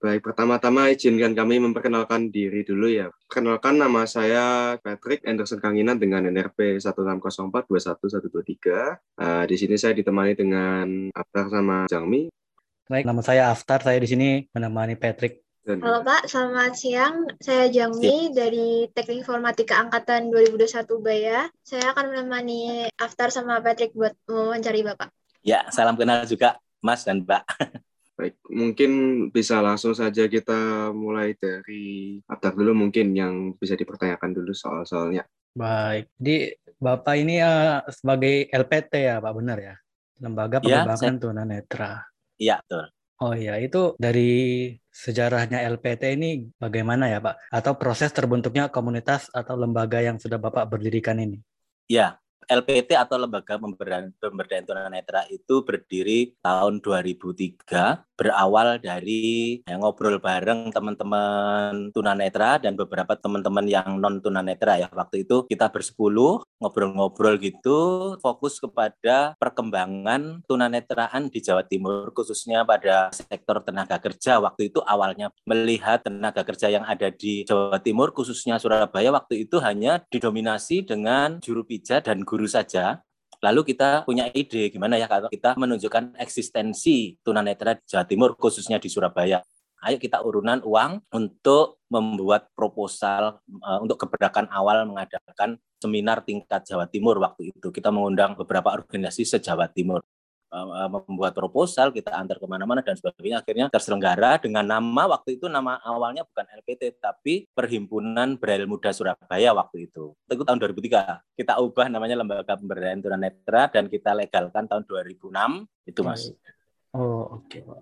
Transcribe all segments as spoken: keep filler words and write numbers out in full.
Baik, pertama-tama izinkan kami memperkenalkan diri dulu ya. Perkenalkan, nama saya Patrick Anderson Kanginan dengan N R P satu enam nol empat dua satu satu dua tiga. Uh, di sini saya ditemani dengan Aftar sama Jangmi. Baik, nama saya Aftar. Saya di sini menemani Patrick. Dan Halo Pak, selamat siang. Saya Jangmi dari Teknik Informatika Angkatan dua ribu dua puluh satu Ubaya. Saya akan menemani Aftar sama Patrick buat mewawancari Bapak. Ya, salam kenal juga Mas dan Mbak. Baik, mungkin bisa langsung saja kita mulai dari Aftar dulu mungkin yang bisa dipertanyakan dulu soal-soalnya. Baik, jadi Bapak ini uh, sebagai L P T ya Pak, benar ya? Lembaga Pengembangan ya, Tunanetra. Iya, betul. Oh iya, itu dari sejarahnya L P T ini bagaimana ya Pak? Atau proses terbentuknya komunitas atau lembaga yang sudah Bapak berdirikan ini? Ya, L P T atau Lembaga Pemberdayaan, Pemberdayaan Tunanetra itu berdiri tahun dua ribu tiga, berawal dari ya, ngobrol bareng teman-teman tunanetra dan beberapa teman-teman yang non tunanetra ya. Waktu itu kita bersepuluh ngobrol-ngobrol gitu, fokus kepada perkembangan tunanetraan di Jawa Timur, khususnya pada sektor tenaga kerja. Waktu itu awalnya melihat tenaga kerja yang ada di Jawa Timur, khususnya Surabaya, waktu itu hanya didominasi dengan juru pijat dan guru saja. Lalu kita punya ide gimana ya kalau kita menunjukkan eksistensi tunanetra di Jawa Timur, khususnya di Surabaya. Ayo kita urunan uang untuk membuat proposal uh, untuk gebrakan awal mengadakan seminar tingkat Jawa Timur. Waktu itu kita mengundang beberapa organisasi se-Jawa Timur. Uh, membuat proposal, kita antar kemana-mana dan sebagainya. Akhirnya terselenggara dengan nama, waktu itu nama awalnya bukan L P T, tapi Perhimpunan Braille Muda Surabaya waktu itu. Itu tahun dua ribu tiga. Kita ubah namanya Lembaga Pemberdayaan Tunanetra dan kita legalkan tahun dua ribu enam. Itu Mas. Oh oke okay.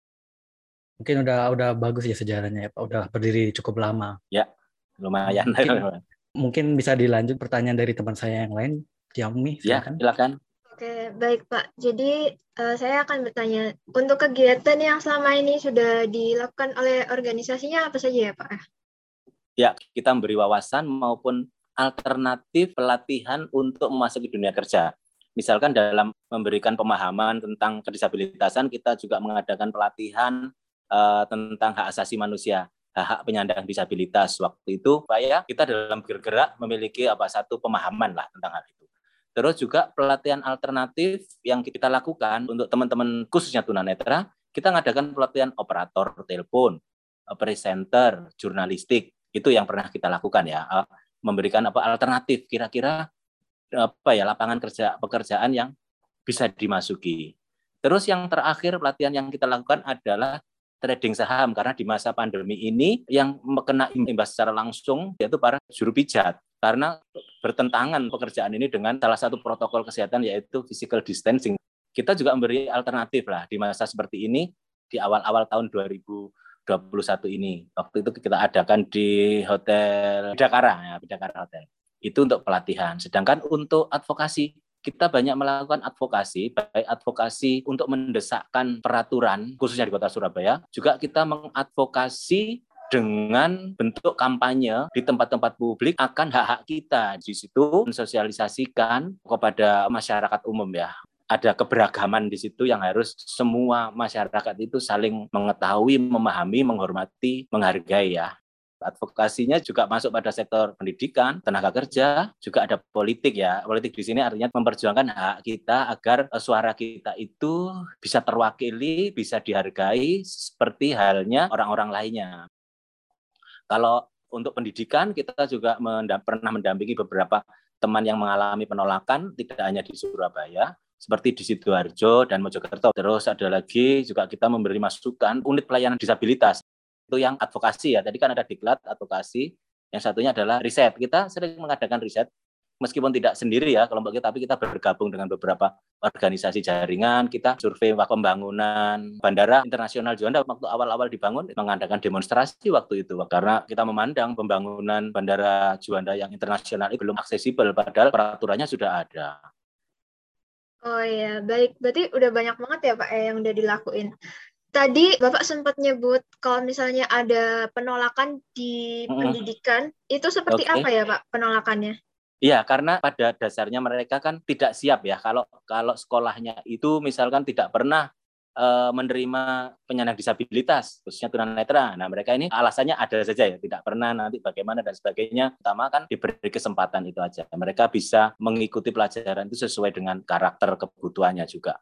Mungkin udah udah bagus ya sejarahnya ya Pak, udah berdiri cukup lama. Ya, lumayan. Mungkin, mungkin bisa dilanjut pertanyaan dari teman saya yang lain. Jangmi, silakan. Ya, silakan. Oke, baik Pak. Jadi uh, saya akan bertanya, untuk kegiatan yang selama ini sudah dilakukan oleh organisasinya apa saja ya Pak? Ya, kita memberi wawasan maupun alternatif pelatihan untuk memasuki dunia kerja. Misalkan dalam memberikan pemahaman tentang kedisabilitasan, kita juga mengadakan pelatihan uh, tentang hak asasi manusia, hak-hak penyandang disabilitas. Waktu itu, supaya kita dalam bergerak memiliki apa satu pemahaman lah tentang hal itu. Terus juga pelatihan alternatif yang kita lakukan untuk teman-teman khususnya tunanetra, kita mengadakan pelatihan operator telepon, presenter, jurnalistik. Itu yang pernah kita lakukan ya, memberikan apa alternatif kira-kira apa ya lapangan kerja pekerjaan yang bisa dimasuki. Terus yang terakhir pelatihan yang kita lakukan adalah trading saham, karena di masa pandemi ini yang kena imbas secara langsung yaitu para juru pijat. Karena bertentangan pekerjaan ini dengan salah satu protokol kesehatan yaitu physical distancing. Kita juga memberi alternatif lah di masa seperti ini, di awal-awal tahun dua ribu dua puluh satu ini. Waktu itu kita adakan di Hotel Bidakara, ya, Bidakara Hotel. Itu untuk pelatihan. Sedangkan untuk advokasi, kita banyak melakukan advokasi, baik advokasi untuk mendesakkan peraturan, khususnya di Kota Surabaya, juga kita mengadvokasi dengan bentuk kampanye di tempat-tempat publik akan hak-hak kita. Di situ mensosialisasikan kepada masyarakat umum ya. Ada keberagaman di situ yang harus semua masyarakat itu saling mengetahui, memahami, menghormati, menghargai ya. Advokasinya juga masuk pada sektor pendidikan, tenaga kerja, juga ada politik ya. Politik di sini artinya memperjuangkan hak kita agar suara kita itu bisa terwakili, bisa dihargai seperti halnya orang-orang lainnya. Kalau untuk pendidikan, kita juga mendam- pernah mendampingi beberapa teman yang mengalami penolakan, tidak hanya di Surabaya, seperti di Sidoarjo dan Mojokerto. Terus ada lagi juga kita memberi masukan unit pelayanan disabilitas. Itu yang advokasi ya. Tadi kan ada diklat, advokasi. Yang satunya adalah riset. Kita sering mengadakan riset, meskipun tidak sendiri ya kelompok kita, tapi kita bergabung dengan beberapa organisasi jaringan. Kita survei pembangunan Bandara Internasional Juanda waktu awal-awal dibangun, mengadakan demonstrasi waktu itu karena kita memandang pembangunan Bandara Juanda yang internasional itu belum aksesibel, padahal peraturannya sudah ada. Oh iya, baik. Berarti udah banyak banget ya Pak yang udah dilakuin. Tadi Bapak sempat nyebut kalau misalnya ada penolakan di hmm. pendidikan, itu seperti okay. apa ya Pak penolakannya? Iya, karena pada dasarnya mereka kan tidak siap ya kalau kalau sekolahnya itu misalkan tidak pernah uh, menerima penyandang disabilitas, khususnya tunanetra. Nah, mereka ini alasannya ada saja ya, tidak pernah, nanti bagaimana dan sebagainya. Pertama kan diberi kesempatan itu aja. Mereka bisa mengikuti pelajaran itu sesuai dengan karakter kebutuhannya juga.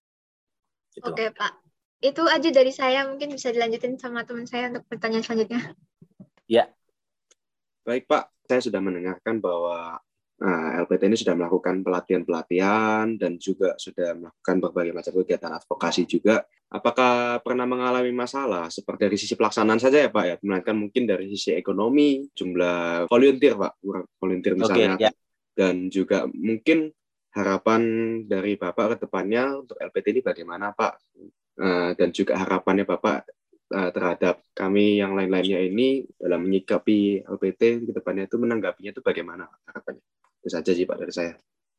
Gitu. Oke, Pak. Itu aja dari saya, mungkin bisa dilanjutin sama teman saya untuk pertanyaan selanjutnya. Ya. Baik, Pak. Saya sudah mendengarkan bahwa Nah, L P T ini sudah melakukan pelatihan-pelatihan dan juga sudah melakukan berbagai macam kegiatan advokasi juga. Apakah pernah mengalami masalah seperti dari sisi pelaksanaan saja ya Pak ya, melainkan mungkin dari sisi ekonomi, jumlah volunteer Pak, volunteer misalnya, okay, ya. Dan juga mungkin harapan dari Bapak ke depannya untuk L P T ini bagaimana Pak? Uh, dan juga harapannya Bapak uh, terhadap kami yang lain-lainnya ini dalam menyikapi L P T ke depannya itu menanggapinya itu bagaimana harapannya? Itu saja sih Pak dari saya.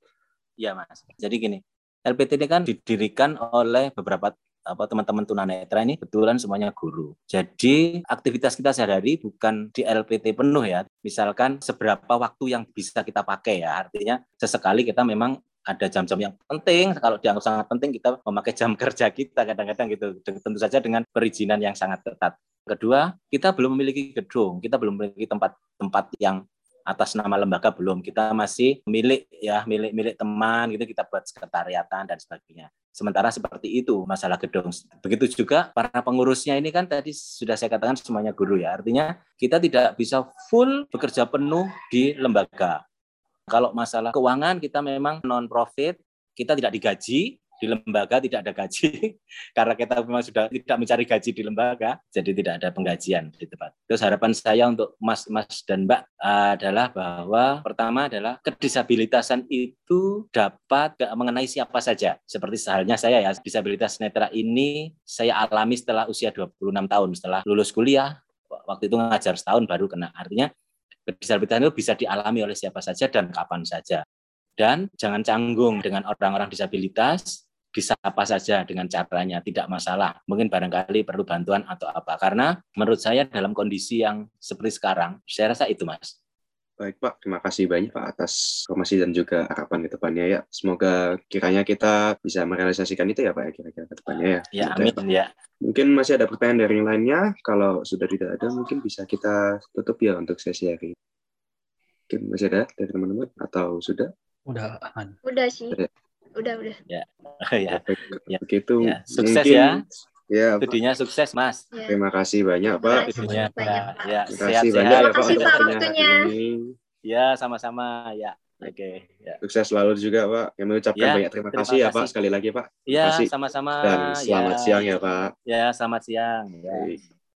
Iya Mas. Jadi gini, L P T ini kan didirikan oleh beberapa apa teman-teman tunanetra ini kebetulan semuanya guru. Jadi aktivitas kita sehari-hari bukan di L P T penuh ya. Misalkan seberapa waktu yang bisa kita pakai ya. Artinya sesekali kita memang ada jam-jam yang penting. Kalau dianggap sangat penting kita memakai jam kerja kita kadang-kadang gitu. Tentu saja dengan perizinan yang sangat ketat. Kedua, kita belum memiliki gedung, kita belum memiliki tempat-tempat yang atas nama lembaga belum, kita masih milik ya milik milik teman gitu, kita buat sekretariatan dan sebagainya. Sementara seperti itu masalah gedung. Begitu juga para pengurusnya ini kan tadi sudah saya katakan semuanya guru ya. Artinya kita tidak bisa full bekerja penuh di lembaga. Kalau masalah keuangan kita memang non profit, kita tidak digaji. Di lembaga tidak ada gaji karena kita memang sudah tidak mencari gaji di lembaga, jadi tidak ada penggajian di tempat. Terus harapan saya untuk Mas-Mas dan Mbak adalah bahwa pertama adalah kedisabilitasan itu dapat mengenai siapa saja. Seperti sehalnya saya ya, disabilitas netra ini saya alami setelah usia dua puluh enam tahun, setelah lulus kuliah, waktu itu ngajar setahun baru kena. Artinya kedisabilitasan itu bisa dialami oleh siapa saja dan kapan saja. Dan jangan canggung dengan orang-orang disabilitas, disapa saja dengan caranya, tidak masalah. Mungkin barangkali perlu bantuan atau apa. Karena menurut saya dalam kondisi yang seperti sekarang, saya rasa itu Mas. Baik Pak, terima kasih banyak Pak atas informasi dan juga harapan ke depannya ya. Semoga kiranya kita bisa merealisasikan itu ya Pak ya, kira-kira ke depannya ya. Ya, amin ya. Mungkin masih ada pertanyaan dari yang lainnya. Kalau sudah tidak ada, mungkin bisa kita tutup ya untuk sesi hari ini. Mungkin masih ada dari teman-teman atau sudah? Udah aman. Udah sih. Udah, udah. Ya. Ya. Ya. Begitu. Ya. Sukses mungkin, ya. Ya. Studinya sukses, Mas. Ya. Terima kasih banyak, Pak. Studinya banyak, Pak. ya, Terima kasih sehat, banyak sehat. ya, Pak. Terima kasih, Pak, waktunya. Ya, sama-sama. Ya. Oke, okay. Ya. Sukses selalu juga, Pak. Kami ucapkan ya, banyak terima, terima kasih ya, kasih. Pak. Sekali lagi, Pak. Terima ya, kasih. sama-sama. Dan selamat ya. siang ya, Pak. Ya, selamat siang. Ya.